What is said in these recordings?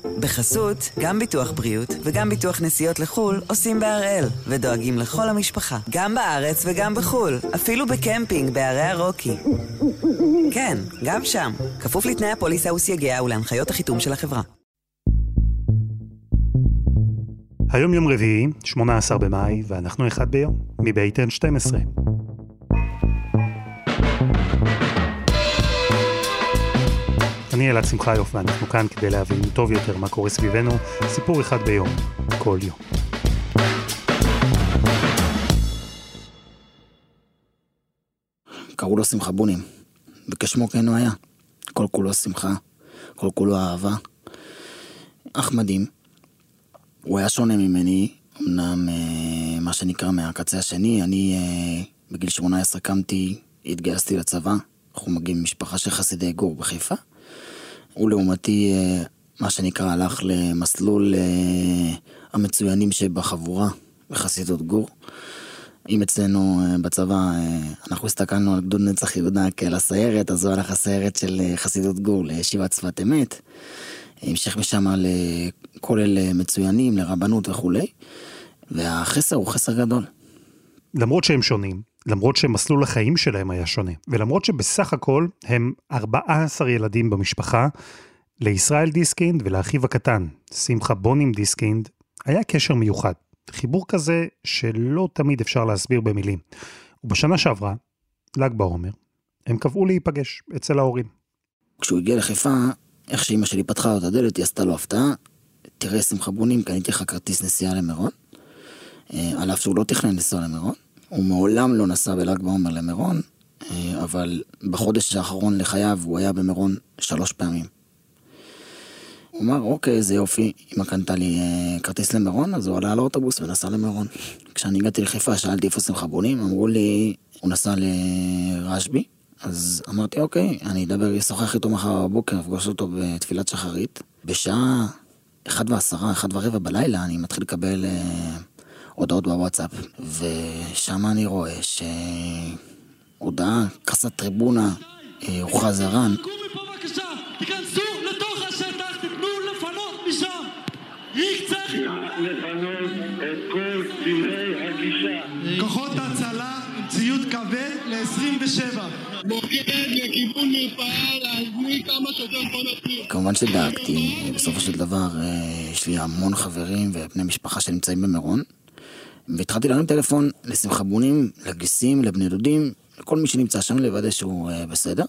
בחסות, גם ביטוח בריאות וגם ביטוח נסיעות לחול עושים בהראל, ודואגים לכל המשפחה, גם בארץ וגם בחול, אפילו בקמפינג בערי הרוקי. כן, גם שם, כפוף לתנאי הפוליסה וסייגיה ולהנחיות החיתום של החברה. היום יום רביעי, 18 במאי, ואנחנו אחד ביום, מבית N12. אני אלעד שמחיוף, ואנחנו כאן כדי להבין טוב יותר מה קורה סביבנו, סיפור אחד ביום, כל יום. קראו לו שמחה בונים, וכשמו כן הוא היה. כל כולו שמחה, כל כולו אהבה. אך מדהים. הוא היה שונה ממני, אמנם מה שנקרא מהקצה השני. אני בגיל 18 קמתי, התגייסתי לצבא. אנחנו מגיעים ממשפחה של חסידי גור בחיפה. הוא לעומתי, מה שנקרא, הלך למסלול המצוינים שבחבורה בחסידות גור. אם אצלנו בצבא אנחנו הסתכלנו על גדוד נצח יהודה כאל הסיירת, אז הוא הלך הסיירת של חסידות גור לישיבת שפת אמת. המשך משם לכולל מצוינים, לרבנות וכו'. והחסר הוא חסר גדול. למרות שהם שונים, למרות שמסלול החיים שלהם היה שונה, ולמרות שבסך הכל הם 14 ילדים במשפחה, לישראל דיסקינד ולאחיו הקטן, שמחה בונים דיסקינד, היה קשר מיוחד. חיבור כזה שלא תמיד אפשר להסביר במילים. ובשנה שעברה, ל"ג בעומר, הם קבעו להיפגש אצל ההורים. כשהוא הגיע לחיפה, איך שאמא שלי פתחה לו את הדלת, היא עשתה לו הפתעה. תראה שמחה בונים, קניתי לך כרטיס נסיעה למירון. על אף שהוא לא תכנן לנסוע למירון. הוא מעולם לא נסע בל"ג בעומר למירון, אבל בחודש האחרון לחייו הוא היה במירון 3 פעמים. הוא אמר, אוקיי, זה יופי, אמא קנתה לי כרטיס למירון, אז הוא עלה על האוטובוס ונסע למירון. כשאני הגעתי לחיפה, שאלתי איפה שמחה בונים, אמרו לי, הוא נסע לרשבי, אז אמרתי, אוקיי, אני אשוחח איתו מחר בבוקר, אפגוש אותו בתפילת שחרית. בשעה 1:10, 1:15 בלילה, אני מתחיל לקבל הודעות בוואטסאפ, ושם אני רואה שהודעה, קסת טריבונה, הוא חזרן. תיכנסו לתוך השטח, תתנו לפנות משם. צריך לפנות את כל צירי הגישה. כוחות הצלה עם ציוד כבד ל-27. מוקד לכיוון מרפאה להזמין כמה שיותר מכונות. כמובן שדאגתי, בסופו של דבר יש לי המון חברים ובני משפחה שנמצאים במירון, והתחלתי להרים טלפון לשמחה בונים, לגיסים, לבני דודים, לכל מי שנמצא שם לוודא שהוא בסדר.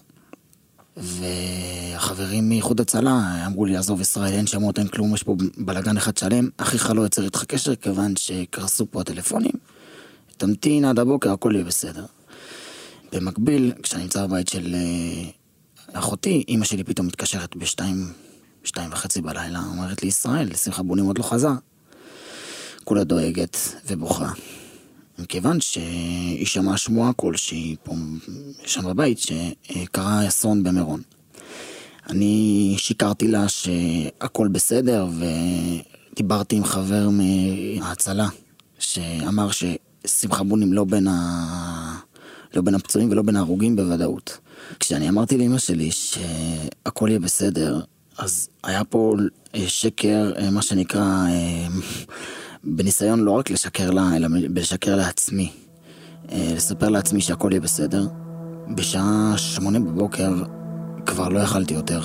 והחברים מאיחוד הצלה אמרו לי, עזוב ישראל, אין שמות, אין כלום, יש פה בלגן אחד שלם, אחיך לא יוצר איתך קשר, כיוון שקרסו פה הטלפונים, תמתין עד הבוקר, הכל יהיה בסדר. במקביל, כשאני נמצא בבית של אחותי, אמא שלי פתאום מתקשרת ב-2:30 בלילה, אומרת לי, ישראל, שמחה בונים עוד לא חזר. כולה דואגת ובוכה. מכיוון שהיא שמעה שמועה כלשהי פה שם בבית שקרה אסון במירון. אני שיקרתי לה שהכל בסדר, ודיברתי עם חבר מההצלה שאמר ששמחה בונים לא בין הפצועים ולא בין ההרוגים בוודאות. כשאני אמרתי לאמא שלי שהכל יהיה בסדר, אז היה פה שקר, מה שנקרא, בניסיון לא רק לשקר לה, אלא לשקר לעצמי. לספר לעצמי שהכל יהיה בסדר. בשעה 8 בבוקר כבר לא יכלתי יותר.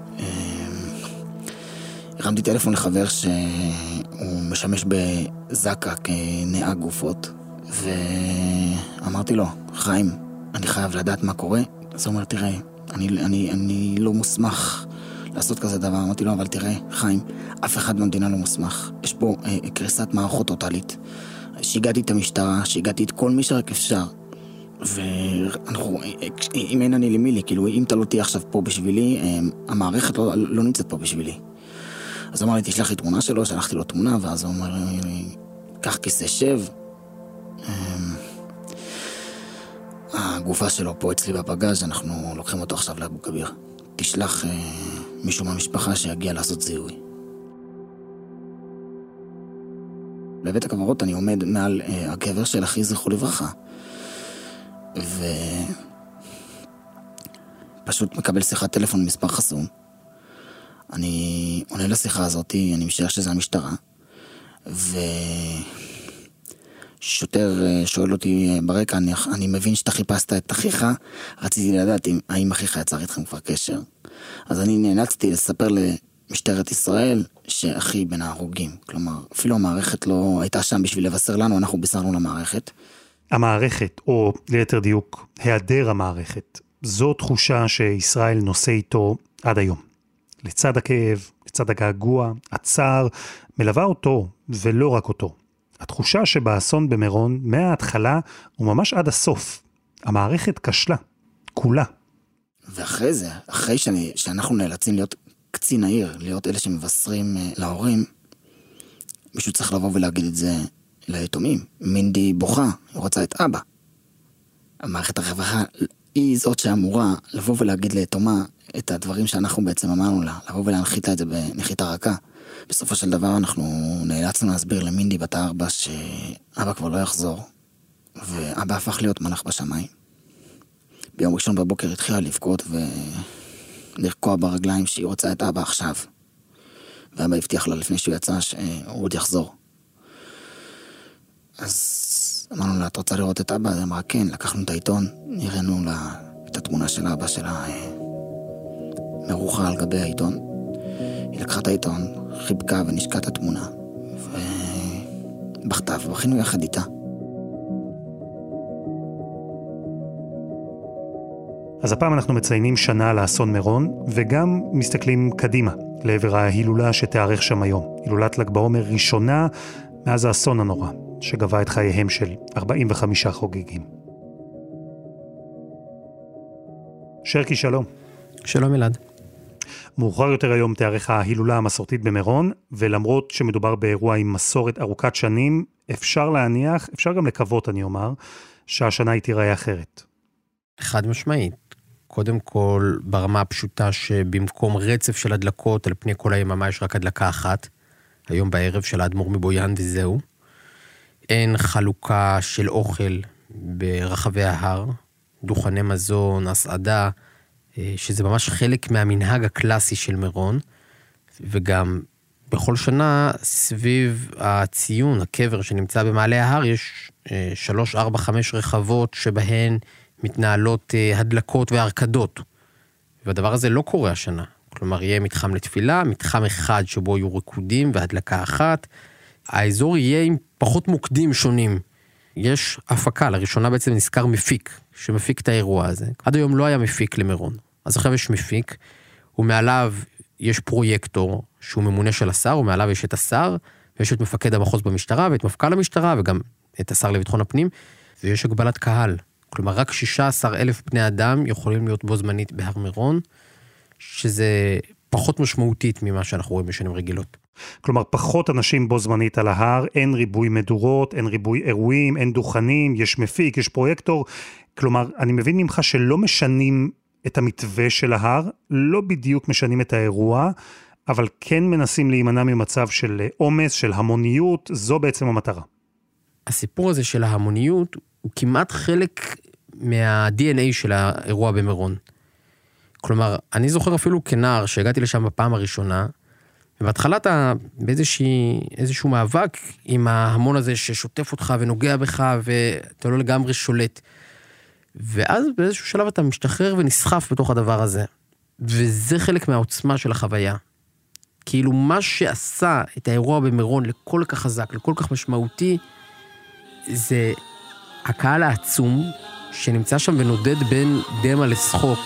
הרמתי טלפון לחבר שהוא משמש בזקה כנהג גופות, ואמרתי לו, חיים, אני חייב לדעת מה קורה. אז הוא אומר, תראה, אני לא מוסמך לעשות כזה דבר. אמרתי לו, אבל תראה, חיים, אף אחד במדינה לא מוסמך. יש פה קריסת מערכות טוטלית. שיגעתי את המשטרה, שיגעתי את כל מי שרק אפשר. ואנחנו, אם אין אני למי לי, כאילו, אם אתה לא תהיה עכשיו פה בשבילי, המערכת לא נמצאת פה בשבילי. אז הוא אמר לי, תשלח לי תמונה שלו, שלחתי לו תמונה, ואז הוא אומר לי, קח כיסא שב. הגופה שלו פה אצלי בפגז, אנחנו לוקחים אותו עכשיו לאבו כביר. תשלח מישהו מהמשפחה שיגיע לעשות זיהוי. בבית הקברות אני עומד מעל הקבר של אחי זכרו לברכה. ופשוט מקבל שיחת טלפון מספר חסום. אני עונה לשיחה הזאת, אני משער שזה המשטרה, ושוטר שואל אותי ברקע, אני מבין שאתה חיפשת את אחיך, רציתי לדעת האם אחיך יצר איתכם כבר קשר. אז אני נאלצתי לספר למשטרת ישראל שאחי בין ההרוגים. כלומר, אפילו המערכת לא הייתה שם בשביל לבשר לנו, אנחנו בישרנו למערכת. המערכת, או ליתר דיוק, היעדר המערכת, זו תחושה שישראל נושא איתו עד היום. לצד הכאב, לצד הגעגוע, הצער, מלווה אותו ולא רק אותו. התחושה שבאסון במירון, מההתחלה וממש עד הסוף, המערכת כשלה, כולה. ואחרי זה, אחרי שאנחנו נאלצים להיות קצין העיר, להיות אלה שמבשרים להורים, מישהו צריך לבוא ולהגיד את זה ליתומים. מינדי בוכה, היא רוצה את אבא. המערכת הרווחה היא זאת שאמורה לבוא ולהגיד ליתומה את הדברים שאנחנו בעצם אמרנו לה, לבוא ולהנחית לה את זה בנחיתה רכה. בסופו של דבר אנחנו נאלצנו להסביר למינדי בת 4 שאבא כבר לא יחזור, ואבא הפך להיות מלאך בשמיים. ביום ראשון בבוקר התחילה לבכות ולרקוע ברגליים שהיא רוצה את אבא עכשיו. ואבא הבטיח לה לפני שהוא יצא שהוא עוד יחזור. אז אמרנו לה, את רוצה לראות את אבא? אז אמרה, כן, לקחנו את העיתון, נראינו לה את התמונה של אבא שלה מרוחה על גבי העיתון. היא לקחה את העיתון, חיבקה ונשקה את התמונה, ובכתה, ובכינו יחד איתה. אז הפעם אנחנו מציינים שנה לאסון מירון, וגם מסתכלים קדימה, לעבר ההילולה שתארך שם היום. הילולת ל"ג בעומר ראשונה מאז האסון הנורא, שגבה את חייהם של 45 חוגגים. שרקי, שלום. שלום אלעד. מאוחר יותר היום תארך ההילולה המסורתית במירון, ולמרות שמדובר באירוע עם מסורת ארוכת שנים, אפשר להניח, אפשר גם לקוות, אני אומר, שהשנה היא תיראה אחרת. חד משמעית. קודם כל, ברמה הפשוטה שבמקום רצף של הדלקות, על פני כל היממה יש רק הדלקה אחת, היום בערב של האדמו"ר מבויאן וזהו. אין חלוקה של אוכל ברחבי ההר, דוכני מזון, הסעדה, שזה ממש חלק מהמנהג הקלאסי של מירון, וגם בכל שנה סביב הציון, הקבר שנמצא במעלה ההר, יש 3, 4, 5 רחבות שבהן מתנהלות הדלקות והרקדות. והדבר הזה לא קורה השנה. כלומר, יהיה מתחם לתפילה, מתחם אחד שבו יהיו ריקודים והדלקה אחת. האזור יהיה עם פחות מוקדים שונים. יש הפקה, לראשונה בעצם נזכר מפיק, שמפיק את האירוע הזה. עד היום לא היה מפיק למירון. אז עכשיו יש מפיק, ומעליו יש פרויקטור, שהוא ממונה של השר, ומעליו יש את השר, ויש את מפקד המחוז במשטרה, ואת מפכ"ל המשטרה, וגם את השר לביטחון הפנים, ויש הגבלת קהל. כלומר, רק 16,000 בני אדם יכולים להיות בו זמנית בהר מירון, שזה פחות משמעותית ממה שאנחנו רואים בשנים רגילות. כלומר, פחות אנשים בו זמנית על ההר, אין ריבוי מדורות, אין ריבוי אירועים, אין דוכנים, יש מפיק, יש פרויקטור. כלומר, אני מבין ממך שלא משנים את המתווה של ההר, לא בדיוק משנים את האירוע, אבל כן מנסים להימנע ממצב של עומס, של המוניות, זו בעצם המטרה. הסיפור הזה של ההמוניות הוא כמעט חלק מה-DNA של האירוע במירון. כלומר, אני זוכר אפילו כנער שהגעתי לשם בפעם הראשונה, ובהתחלה אתה באיזשהו מאבק עם ההמון הזה ששוטף אותך ונוגע בך, ואתה לא לגמרי שולט. ואז באיזשהו שלב אתה משתחרר ונסחף בתוך הדבר הזה. וזה חלק מהעוצמה של החוויה. כאילו מה שעשה את האירוע במירון לכל כך חזק, לכל כך משמעותי, זה הקהל העצום שנמצא שם ונודד בין דמה לשחוק.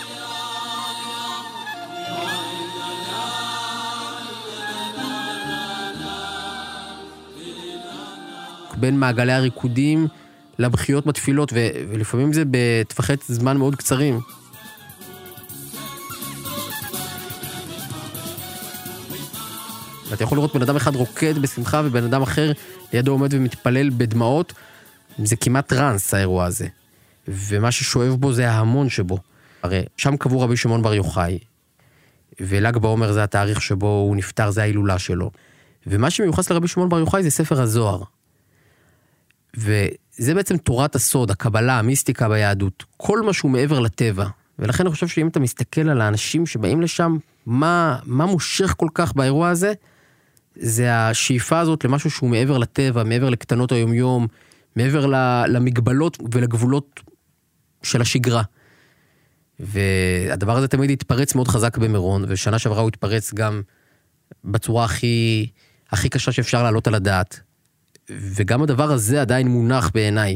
בין מעגלי הריקודים לבחיות בתפילות, ולפעמים זה בטווחי זמן מאוד קצרים. ואתה יכול לראות בן אדם אחד רוקד בשמחה, ובן אדם אחר לידו עומד ומתפלל בדמעות. זה כמעט טרנס האירוע הזה. ומה ששואב בו זה ההמון שבו. הרי שם קבור רבי שמעון בר יוחאי, ול"ג בעומר זה התאריך שבו הוא נפטר, זה ההילולה שלו. ומה שמיוחס לרבי שמעון בר יוחאי זה ספר הזוהר. וזה בעצם תורת הסוד, הקבלה, המיסטיקה ביהדות. כל מה שהוא מעבר לטבע, ולכן אני חושב שאם אתה מסתכל על האנשים שבאים לשם, מה מושך כל כך באירוע הזה, זה השאיפה הזאת למשהו שהוא מעבר לטבע, מעבר לקטנות היומיום, מעבר למגבלות ולגבולות של השגרה. והדבר הזה תמיד התפרץ מאוד חזק במירון, ושנה שעברה הוא התפרץ גם בצורה הכי קשה שאפשר לעלות על הדעת. וגם הדבר הזה עדיין מונח בעיניי,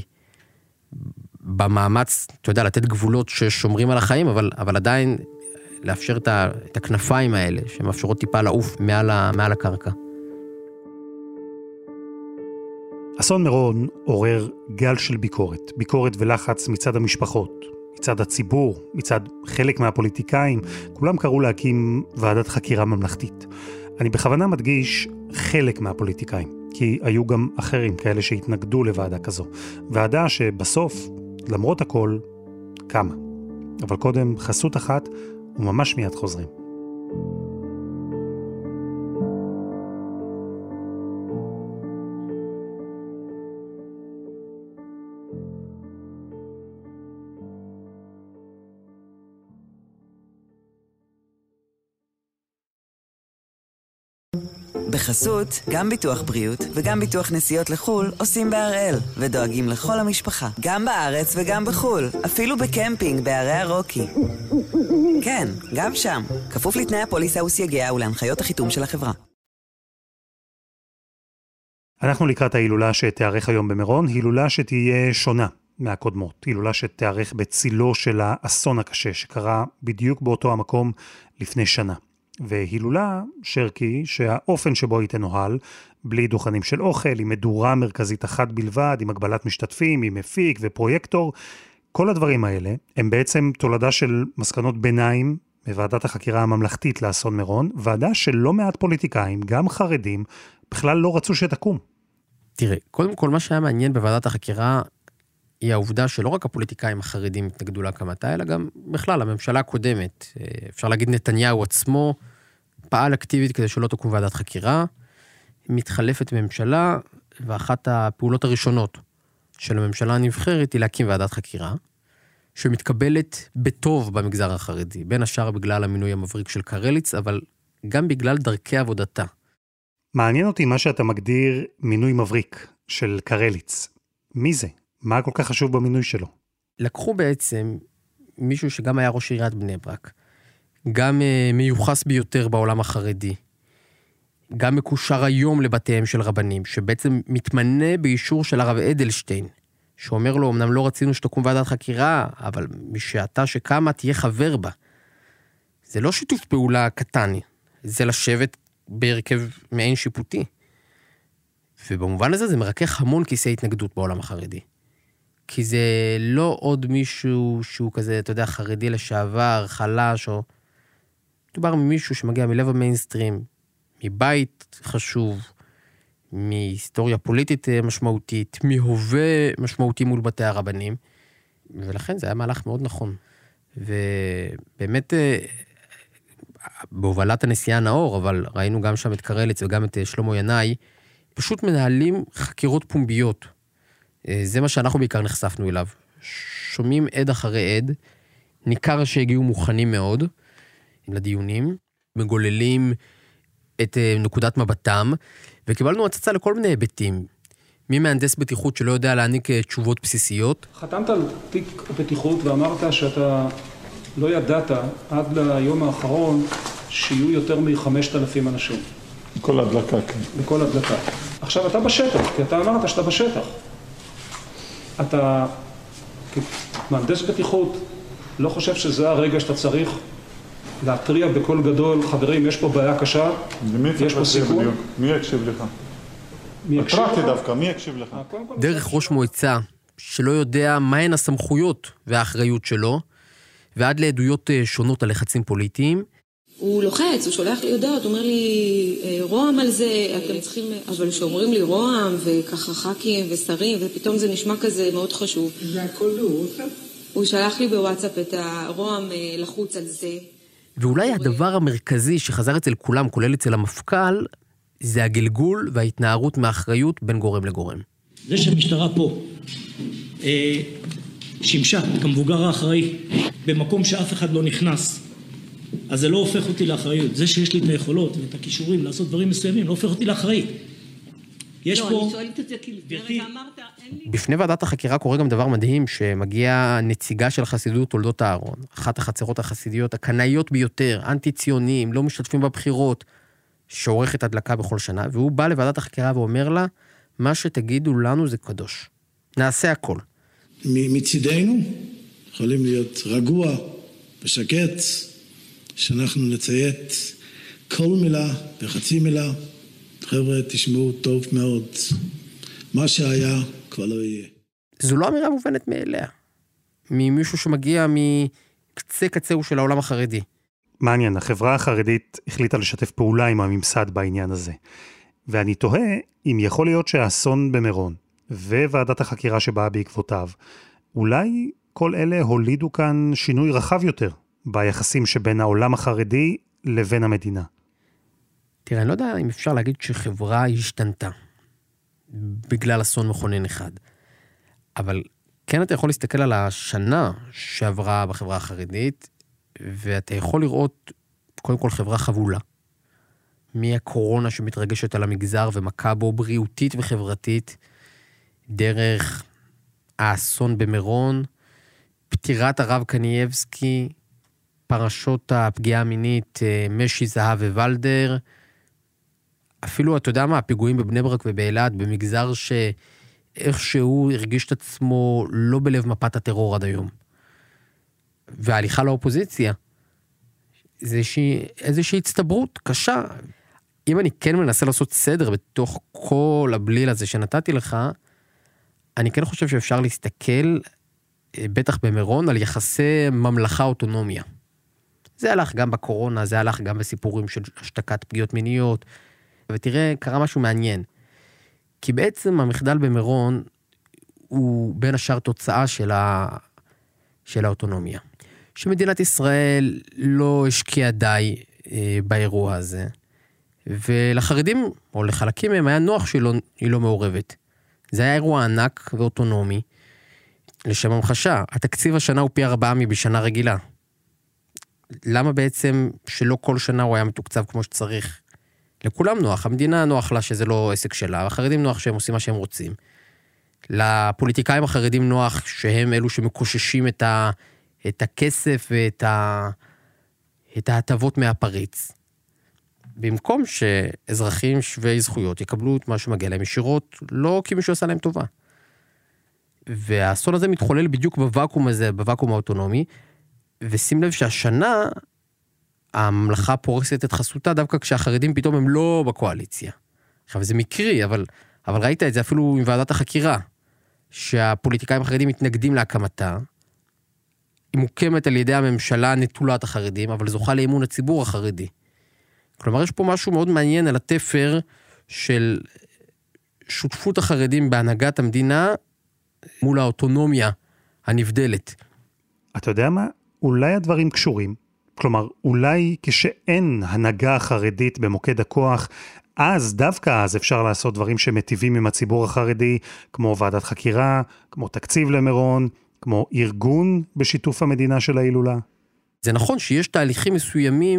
במאמץ, אתה יודע, לתת גבולות ששומרים על החיים, אבל עדיין לאפשר את הכנפיים האלה, שמאפשרות טיפה לעוף מעל הקרקע. אסון מירון עורר גל של ביקורת ולחץ מצד המשפחות, מצד הציבור, מצד חלק מהפוליטיקאים, כולם קראו להקים ועדת חקירה ממלכתית. אני בכוונה מדגיש חלק מהפוליטיקאים, כי היו גם אחרים כאלה שהתנגדו לוועדה כזו. ועדה שבסוף, למרות הכל, קמה. אבל קודם חסות אחת וממש מיד חוזרים. בחסות, גם ביטוח בריאות וגם ביטוח נסיעות לחול עושים בהראל ודואגים לכל המשפחה, גם בארץ וגם בחול, אפילו בקמפינג בערי הרוקי. כן, גם שם, כפוף לתנאי הפוליסה וסייגיה ולהנחיות החיתום של החברה. אנחנו לקראת ההילולה שתארך היום במירון, הילולה שתהיה שונה מהקודמות, הילולה שתארך בצילו של האסון הקשה שקרה בדיוק באותו המקום לפני שנה. והילולה שרקי שהאופן שבו היא תנוהל, בלי דוכנים של אוכל, עם מדורה מרכזית אחת בלבד, עם הגבלת משתתפים, עם מפיק ופרויקטור, כל הדברים האלה הם בעצם תולדה של מסקנות ביניים מוועדת החקירה הממלכתית לאסון מירון, ועדה של לא מעט פוליטיקאים, גם חרדים, בכלל לא רצו שתקום. תראה, קודם כל מה שהיה מעניין בוועדת החקירה, היא העובדה שלא רק הפוליטיקאים החרדים התנגדו להקמתה, אלא גם בכלל, הממשלה הקודמת, אפשר להגיד נתניהו עצמו, פעל אקטיבית כדי שלא תקום ועדת חקירה, מתחלפת ממשלה, ואחת הפעולות הראשונות של הממשלה הנבחרת היא להקים ועדת חקירה, שמתקבלת בטוב במגזר החרדי, בין השאר בגלל המינוי המבריק של קרליץ, אבל גם בגלל דרכי עבודתה. מעניין אותי מה שאתה מגדיר מינוי מבריק של קרליץ. מי זה? מה כל כך חשוב במינוי שלו? לקחו בעצם מישהו שגם היה ראש עיריית בני ברק, גם מיוחס ביותר בעולם החרדי, גם מקושר היום לבתיהם של רבנים, שבעצם מתמנה באישור של הרב אדלשטיין, שאומר לו, אמנם לא רצינו שתקום ועדת חקירה, אבל משעתה שקמה תהיה חבר בה. זה לא שיתוף פעולה קטן, זה לשבת בהרכב מעין שיפוטי. ובמובן הזה זה מרכך המון כיסי התנגדות בעולם החרדי. כי זה לא עוד מישהו שהוא כזה, אתה יודע, חרדי לשעבר, חלש, או... מדובר ממישהו שמגיע מלב המיינסטרים, מבית חשוב, מהיסטוריה פוליטית משמעותית, מהווה משמעותי מול בתי הרבנים, ולכן זה היה מהלך מאוד נכון. ובאמת, בהובלת הנשיאה נאור, אבל ראינו גם שם את קרליץ וגם את שלמה ינאי, פשוט מנהלים חקירות פומביות. זה מה שאנחנו בעיקר נחשפנו אליו. שומעים עד אחרי עד, ניכר שהגיעו מוכנים מאוד לדיונים, מגוללים את נקודת מבטם, וקיבלנו הצצה לכל מיני היבטים. מי מהנדס בטיחות שלא יודע להעניק תשובות בסיסיות. חתמת על תיק הבטיחות ואמרת שאתה לא ידעת עד ליום האחרון שיהיו יותר מ-5,000 אנשים. בכל הדלקה, כן. בכל הדלקה. עכשיו אתה בשטח, כי אתה אמרת שאתה בשטח. אתה, כמהנדס בטיחות, לא חושב שזה הרגע שאתה צריך להטריע בכל גדול, חברים, יש פה בעיה קשה, יש פה סיכון. מי יקשיב לך? התרעתי דווקא, מי יקשיב לך? דרך ראש מועצה שלא יודע מהן הסמכויות והאחריות שלו, ועד לעדויות שונות על לחצים פוליטיים. הוא לוחץ, הוא שולח לי הודעות, הוא אומר לי, רועם על זה, אתם צריכים... אבל שאומרים לי רועם, וככה ח"כים ושרים, ופתאום זה נשמע כזה מאוד חשוב. זה הכל הוא עושה? הוא שלח לי בוואטסאפ את הרועם לחוץ על זה. ואולי הדבר המרכזי שחזר אצל כולם, כולל אצל המפכ"ל, זה הגלגול וההתנערות מאחריות בין גורם לגורם. זה שהמשטרה פה שימשה כמבוגר האחראי במקום שאף אחד לא נכנס. אז זה לא הופך אותי לאחריות. זה שיש לי את היכולות ואת הכישורים לעשות דברים מסוימים, לא הופך אותי לאחראי. יש פה... אני שואלת את זה כי לפני אמרת, אין לי... בפני ועדת החקירה קורה גם דבר מדהים, שמגיע נציגה של חסידות תולדות הארון, אחת החצרות החסידיות הקנאיות ביותר, אנטי-ציונים, לא משתתפים בבחירות, שעורכת הדלקה בכל שנה, והוא בא לוועדת החקירה ואומר לה, מה שתגידו לנו זה קדוש. נעשה הכל. מצידנו יכולים להיות רגוע ושקט, שאנחנו נציית כל מילה וחצי מילה. חבר'ה, תשמעו טוב מאוד. מה שהיה כבר לא יהיה. זו לא אמירה מובנת מאליה. ממישהו שמגיע מקצה קצהו של העולם החרדי. מעניין, החברה החרדית החליטה לשתף פעולה עם הממסד בעניין הזה. ואני תוהה אם יכול להיות שהאסון במירון וועדת החקירה שבאה בעקבותיו, אולי כל אלה הולידו כאן שינוי רחב יותר ביחסים שבין העולם החרדי לבין המדינה. תראה, אני לא יודע אם אפשר להגיד שחברה השתנתה בגלל אסון מכונן אחד. אבל כן אתה יכול להסתכל על השנה שעברה בחברה החרדית, ואתה יכול לראות קודם כל חברה חבולה. מהקורונה שמתרגשת על המגזר ומכה בו בריאותית וחברתית, דרך האסון במירון, פטירת הרב קנייבסקי, פרשות הפגיעה המינית, משי זהב ווולדר, אפילו, אתה יודע מה, הפיגועים בבני ברק ובאלעד, במגזר שאיכשהו הרגיש את עצמו לא בלב מפת הטרור עד היום. וההליכה לאופוזיציה, זה איזושהי הצטברות קשה. אם אני כן מנסה לעשות סדר בתוך כל הבליל הזה שנתתי לך, אני כן חושב שאפשר להסתכל, בטח במירון, על יחסי ממלכה-אוטונומיה. זה הלך גם בקורונה, זה הלך גם בסיפורים של השתקת פגיעות מיניות, ותראה, קרה משהו מעניין. כי בעצם המחדל במירון הוא בין השאר תוצאה של האוטונומיה. שמדינת ישראל לא השקיעה די באירוע הזה, ולחרדים, או לחלקים מהם, היה נוח שהיא לא מעורבת. זה היה אירוע ענק ואוטונומי, לשם המחשה. התקציב השנה הוא פי 4 מבשנה רגילה. למה בעצם שלא כל שנה הוא היה מתוקצב כמו שצריך? לכולם נוח, המדינה נוח לה שזה לא עסק שלה, החרדים נוח שהם עושים מה שהם רוצים. לפוליטיקאים החרדים נוח שהם אלו שמקוששים את הכסף ואת ההטבות מהפריץ. במקום שאזרחים שווי זכויות יקבלו את מה שמגיע להם ישירות, לא כי מישהו עשה להם טובה. והאסון הזה מתחולל בדיוק בוואקום הזה, בוואקום האוטונומי, ושים לב שהשנה הממלכה פורסת את חסותה דווקא כשהחרדים פתאום הם לא בקואליציה. עכשיו זה מקרי, אבל ראית את זה אפילו עם ועדת החקירה, שהפוליטיקאים החרדים מתנגדים להקמתה, היא מוקמת על ידי הממשלה נטולת החרדים, אבל זוכה לאמון הציבור החרדי. כלומר, יש פה משהו מאוד מעניין על התפר של שותפות החרדים בהנהגת המדינה מול האוטונומיה הנבדלת. אתה יודע מה? אולי הדברים קשורים. כלומר, אולי כשאין הנהגה חרדית במוקד הכוח, אז דווקא אז אפשר לעשות דברים שמטיבים עם הציבור החרדי, כמו ועדת חקירה, כמו תקציב למירון, כמו ארגון בשיתוף המדינה של ההילולה. זה נכון שיש תהליכים מסוימים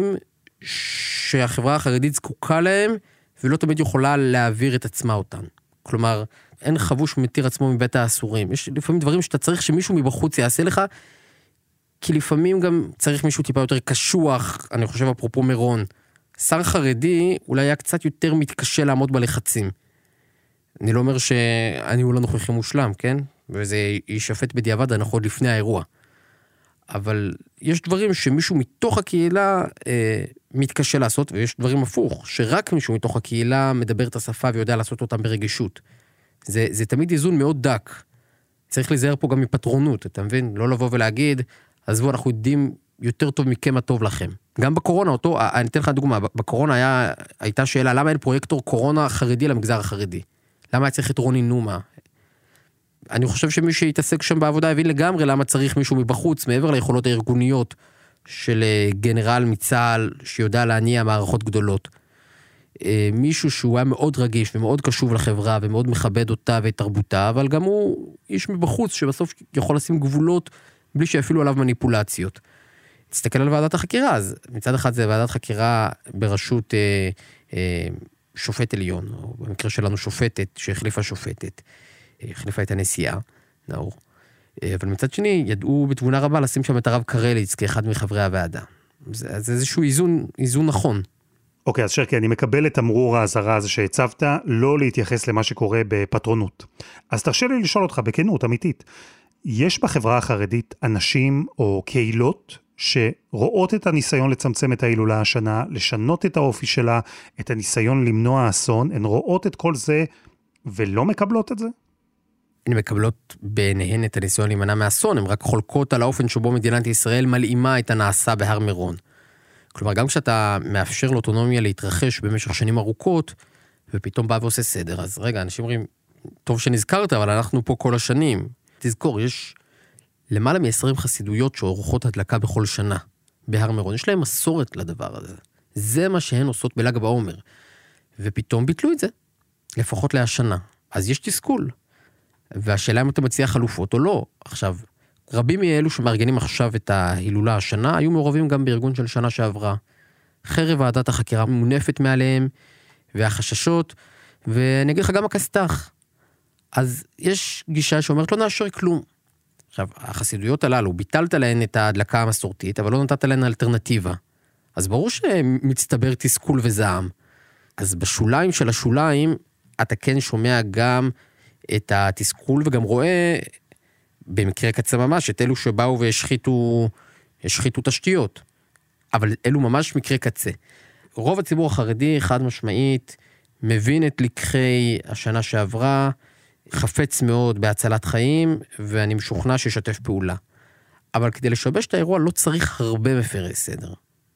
שהחברה החרדית זקוקה להם, ולא תמיד יכולה להעביר את עצמה אותן. כלומר, אין חבוש מתיר עצמו מבית האסורים. יש לפעמים דברים שאתה צריך שמישהו מבחוץ יעשה לך, כי לפעמים גם צריך מישהו טיפה יותר קשוח, אני חושב אפרופו מירון. שר חרדי אולי היה קצת יותר מתקשה לעמוד בלחצים. אני לא אומר שאני הוא לא נוכחי מושלם, כן? וזה יישפט בדיעבד, אנחנו עוד לפני האירוע. אבל יש דברים שמישהו מתוך הקהילה מתקשה לעשות, ויש דברים הפוך, שרק מישהו מתוך הקהילה מדבר את השפה ויודע לעשות אותם ברגישות. זה תמיד איזון מאוד דק. צריך להיזהר פה גם מפטרונות, אתה מבין? לא לבוא ולהגיד, עזבו, אנחנו יודעים יותר טוב מכם מה טוב לכם. גם בקורונה, אני אתן לך דוגמה, בקורונה הייתה שאלה, למה אין פרויקטור קורונה חרדי למגזר החרדי? למה היה צריך את רוני נומה? אני חושב שמי שהתעסק שם בעבודה הבין לגמרי למה צריך מישהו מבחוץ, מעבר ליכולות הארגוניות של גנרל מצה"ל, שיודע להניע מערכות גדולות. מישהו שהוא היה מאוד רגיש ומאוד קשוב לחברה ומאוד מכבד אותה ואת תרבותה, אבל גם הוא איש מבחוץ שבסוף יכול לשים גבולות בלי שאפילו עליו מניפולציות. תסתכל על ועדת החקירה, אז מצד אחד זה ועדת חקירה בראשות שופט עליון, או במקרה שלנו שופטת שהחליפה שופטת, החליפה את הנשיאה, נאור. אבל מצד שני, ידעו בתבונה רבה לשים שם את הרב קרליץ כאחד מחברי הוועדה. זה איזשהו איזון נכון. אוקיי, אז שרקי, אני מקבל את תמרור האזהרה הזה שהצבת, לא להתייחס למה שקורה בפטרונות. אז תרשה לי לשאול אותך בכנות, אמיתית. יש בחברה החרדית אנשים או קהילות שרואות את הניסיון לצמצם את ההילולה השנה, לשנות את האופי שלה, את הניסיון למנוע אסון, הן רואות את כל זה ולא מקבלות את זה? הן מקבלות בעיניהן את הניסיון להימנע מאסון, הן רק חולקות על האופן שבו מדינת ישראל מלאימה את הנעשה בהר מירון. כלומר, גם כשאתה מאפשר לאוטונומיה להתרחש במשך שנים ארוכות, ופתאום בא ועושה סדר, אז רגע, אנשים אומרים, טוב שנזכרת, אבל אנחנו פה כל השנים. תזכור, יש למעלה מ-20 חסידויות שעורכות הדלקה בכל שנה בהר מירון. יש להם מסורת לדבר הזה. זה מה שהן עושות בל"ג בעומר. ופתאום ביטלו את זה, לפחות להשנה. אז יש תסכול. והשאלה אם אתה מציע חלופות או לא. עכשיו, רבים מאלו שמארגנים עכשיו את ההילולה השנה, היו מעורבים גם בארגון של שנה שעברה. חרב ועדת החקירה מונפת מעליהם, והחששות, ואני אגיד לך גם הכסתח. אז יש גישה שאומרת, לא נאשר כלום. עכשיו, החסידויות הללו, ביטלת להן את ההדלקה המסורתית, אבל לא נתת להן אלטרנטיבה. אז ברור שמצטבר תסכול וזעם. אז בשוליים של השוליים, אתה כן שומע גם את התסכול, וגם רואה, במקרה קצה ממש, את אלו שבאו והשחיתו תשתיות. אבל אלו ממש מקרה קצה. רוב הציבור החרדי, חד משמעית, מבין את לקחי השנה שעברה, חפץ מאוד בהצלת חיים, ואני משוכנע שישתף פעולה. אבל כדי לשבש את האירוע לא צריך הרבה מפירי סדר.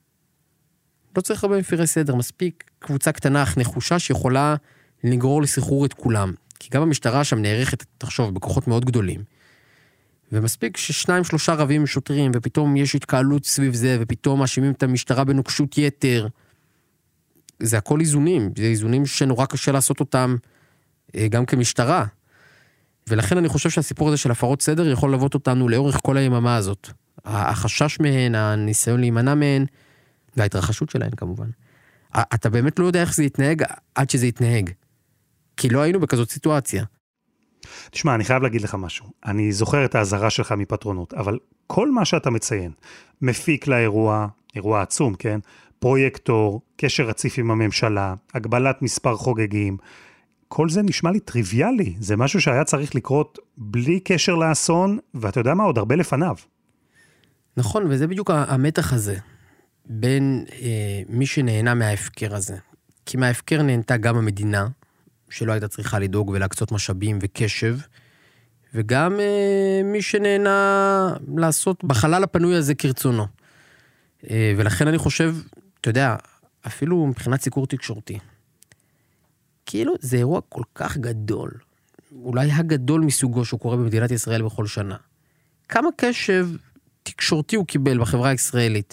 לא צריך הרבה מפירי סדר, מספיק קבוצה קטנה אך נחושה שיכולה לגרור לסחרור את כולם. כי גם המשטרה שם נערכת, תחשוב, בכוחות מאוד גדולים. ומספיק ש2-3 רבים שוטרים, ופתאום יש התקהלות סביב זה, ופתאום מאשימים את המשטרה בנוקשות יתר. זה הכל איזונים, זה איזונים שנורא קשה לעשות אותם גם כמשטרה. ולכן אני חושב שהסיפור הזה של הפרות סדר יכול ללוות אותנו לאורך כל היממה הזאת. החשש מהן, הניסיון להימנע מהן, וההתרחשות שלהן כמובן. אתה באמת לא יודע איך זה יתנהג עד שזה יתנהג. כי לא היינו בכזאת סיטואציה. תשמע, אני חייב להגיד לך משהו. אני זוכר את האזהרה שלך מפטרונות, אבל כל מה שאתה מציין, מפיק לאירוע, אירוע עצום, כן? פרויקטור, קשר רציף עם הממשלה, הגבלת מספר חוגגים, כל זה נשמע לי טריוויאלי. זה משהו שהיה צריך לקרות בלי קשר לאסון, ואתה יודע מה, עוד הרבה לפניו. נכון, וזה בדיוק המתח הזה, בין מי שנהנה מההפקר הזה. כי מההפקר נהנתה גם המדינה, שלא הייתה צריכה לדאוג ולהקצות משאבים וקשב, וגם מי שנהנה לעשות בחלל הפנוי הזה כרצונו. ולכן אני חושב, אתה יודע, אפילו מבחינת סיקור תקשורתי, כאילו זה אירוע כל כך גדול, אולי הגדול מסוגו שהוא קורה במדינת ישראל בכל שנה. כמה קשב תקשורתי הוא קיבל בחברה הישראלית?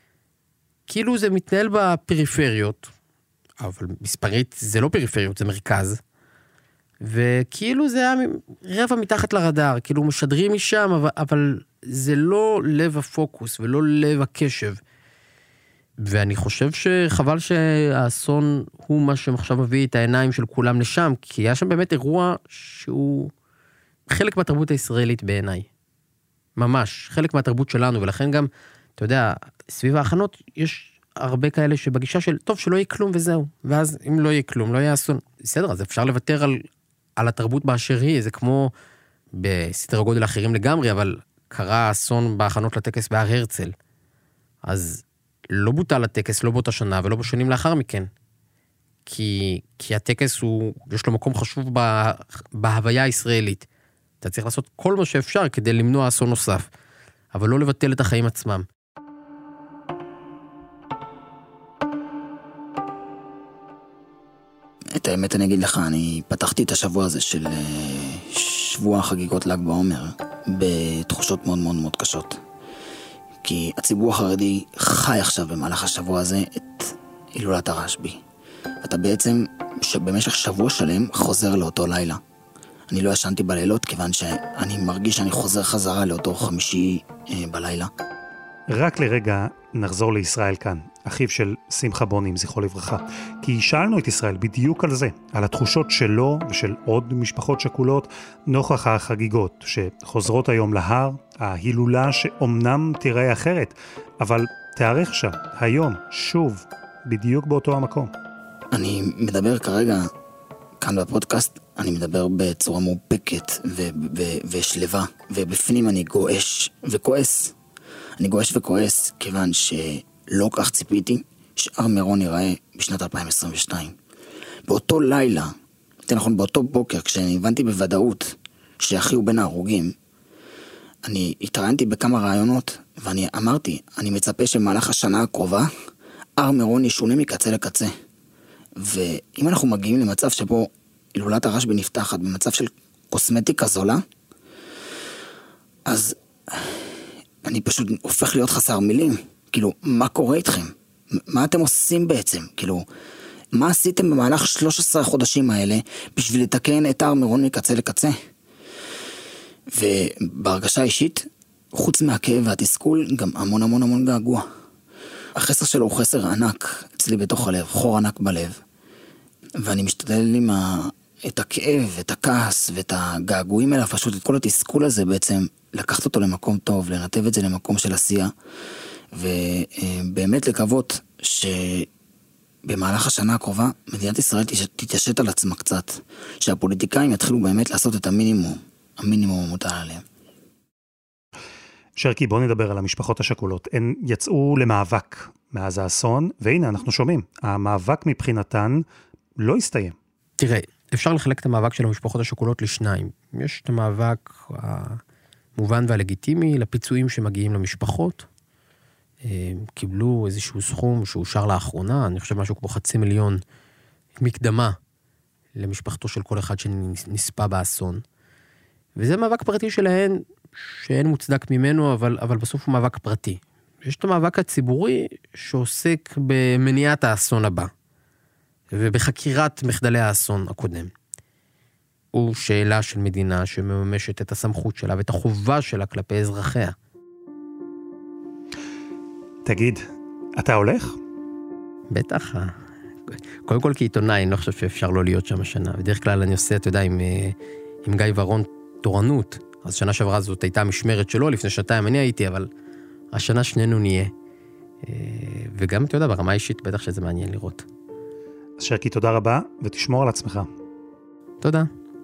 כאילו זה מתנהל בפריפריות, אבל מספרית זה לא פריפריות, זה מרכז, וכאילו זה היה רבע מתחת לרדאר, כאילו משדרים משם, אבל זה לא לב הפוקוס ולא לב הקשב. ואני חושב שחבל שהאסון הוא מה שעכשיו מביא את העיניים של כולם לשם, כי היה שם באמת אירוע שהוא חלק מהתרבות הישראלית בעיניי. ממש, חלק מהתרבות שלנו, ולכן גם, אתה יודע, סביב ההכנות יש הרבה כאלה שבגישה של, טוב, שלא יהיה כלום וזהו. ואז אם לא יהיה כלום, לא יהיה אסון. בסדר, אז אפשר לוותר על התרבות באשר היא, זה כמו בסדר הגודל אחרים לגמרי, אבל קרה אסון בהכנות לטקס בהר הרצל. אז לא בוטל הטקס, לא באותה שנה, ולא בשנים לאחר מכן. כי הטקס יש לו מקום חשוב בהוויה הישראלית. אתה צריך לעשות כל מה שאפשר כדי למנוע אסון נוסף, אבל לא לבטל את החיים עצמם. את האמת אני אגיד לך, אני פתחתי את השבוע הזה של שבוע חגיגות ל"ג בעומר בתחושות מאוד מאוד מאוד קשות. כי הציבור החרדי חי עכשיו במהלך השבוע הזה את הילולת הרשב"י. אתה בעצם במשך שבוע שלם חוזר לאותו לילה. אני לא ישנתי בלילות כיוון שאני מרגיש שאני חוזר חזרה לאותו חמישי בלילה. רק לרגע נחזור לישראל כאן, אחיו של שמחה בונים, זכרו לברכה. כי שאלנו את ישראל בדיוק על זה, על התחושות שלו ושל עוד משפחות שכולות, נוכח החגיגות שחוזרות היום להר, ההילולה שאומנם תראה אחרת, אבל תארך שם, היום, שוב, בדיוק באותו המקום. אני מדבר כרגע, כאן בפודקאסט, אני מדבר בצורה מאופקת ושלווה, ובפנים אני גואש וכועס. אני גואש וכועס כיוון שלא כך ציפיתי שהר מירון ייראה בשנת 2022. באותו לילה, נכון, באותו בוקר, כשאני הבנתי בוודאות שאחי הוא בין ההרוגים, אני התראיינתי בכמה רעיונות, ואני אמרתי, אני מצפה שמהלך השנה הקרובה, הר מירון ישונה מקצה לקצה. ואם אנחנו מגיעים למצב שבו הילולת הרשב"י נפתחת במצב של קוסמטיקה זולה, אז אני פשוט הופך להיות חסר מילים. כאילו, מה קורה איתכם? מה אתם עושים בעצם? כאילו, מה עשיתם במהלך 13 החודשים האלה בשביל לתקן את הר מירון מקצה לקצה? ובהרגשה אישית, חוץ מהכאב והתסכול, גם המון המון המון געגוע. החסר שלו הוא חסר ענק אצלי בתוך הלב, חור ענק בלב. ואני משתדל עם את הכאב, את הכעס ואת הגעגועים האלה, פשוט את כל התסכול הזה בעצם, לקחת אותו למקום טוב, לנתב את זה למקום של עשייה, ובאמת לקוות שבמהלך השנה הקרובה, מדינת ישראל תתיישת על עצמה קצת, שהפוליטיקאים יתחילו באמת לעשות את המינימום המוטל עליהם. שרקי, בוא נדבר על המשפחות השכולות. הן יצאו למאבק מאז האסון, והנה אנחנו שומעים, המאבק מבחינתן לא הסתיים. תראה, אפשר לחלק את המאבק של המשפחות השכולות לשניים. יש את המאבק המובן והלגיטימי לפיצויים שמגיעים למשפחות. קיבלו איזשהו סכום שאושר לאחרונה, אני חושב משהו כמו 500,000 מקדמה למשפחתו של כל אחד שנספה באסון. וזה מאבק פרטי שלהן, שאין מוצדק ממנו, אבל בסוף הוא מאבק פרטי. יש את המאבק הציבורי שעוסק במניעת האסון הבא, ובחקירת מחדלי האסון הקודם. הוא שאלה של מדינה שמממשת את הסמכות שלה ואת החובה שלה כלפי אזרחיה. תגיד, אתה הולך? בטח. קודם כל כעיתונאי, אני לא חושב שאפשר לא להיות שם השנה. בדרך כלל אני עושה, אתה יודע, עם גיא ורון תורנות. אז שנה שעברה זאת הייתה המשמרת שלו, לפני שנתיים אני הייתי, אבל השנה שנינו נהיה. וגם, אתה יודע, ברמה האישית בטח שזה מעניין לראות. אז שרקי, תודה רבה, ותשמור על עצמך. תודה.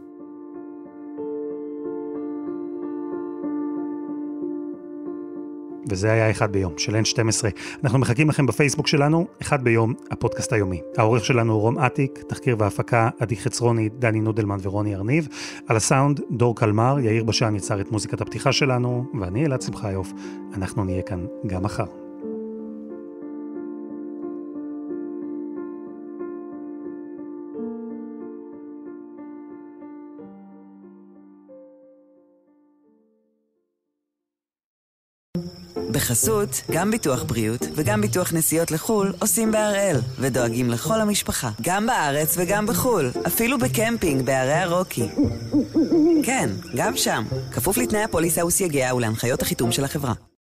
וזה היה אחד ביום, של N12. אנחנו מחכים לכם בפייסבוק שלנו, אחד ביום, הפודקאסט היומי. העורך שלנו הוא רום עתיק, תחקיר והפקה, עדי חצרוני, דני נודלמן ורוני ארניב. על הסאונד, דור קלמר, יאיר בשן יצר את מוזיקת הפתיחה שלנו, ואני אלעד שמחיוף. אנחנו נהיה כאן גם מחר. בחסות, גם ביטוח בריאות וגם ביטוח נסיעות לחול עושים בהראל ודואגים לכל המשפחה, גם בארץ וגם בחול, אפילו בקמפינג בערי הרוקי. כן, גם שם, כפוף לתנאי הפוליסה וסייגיה ולהנחיות החיתום של החברה.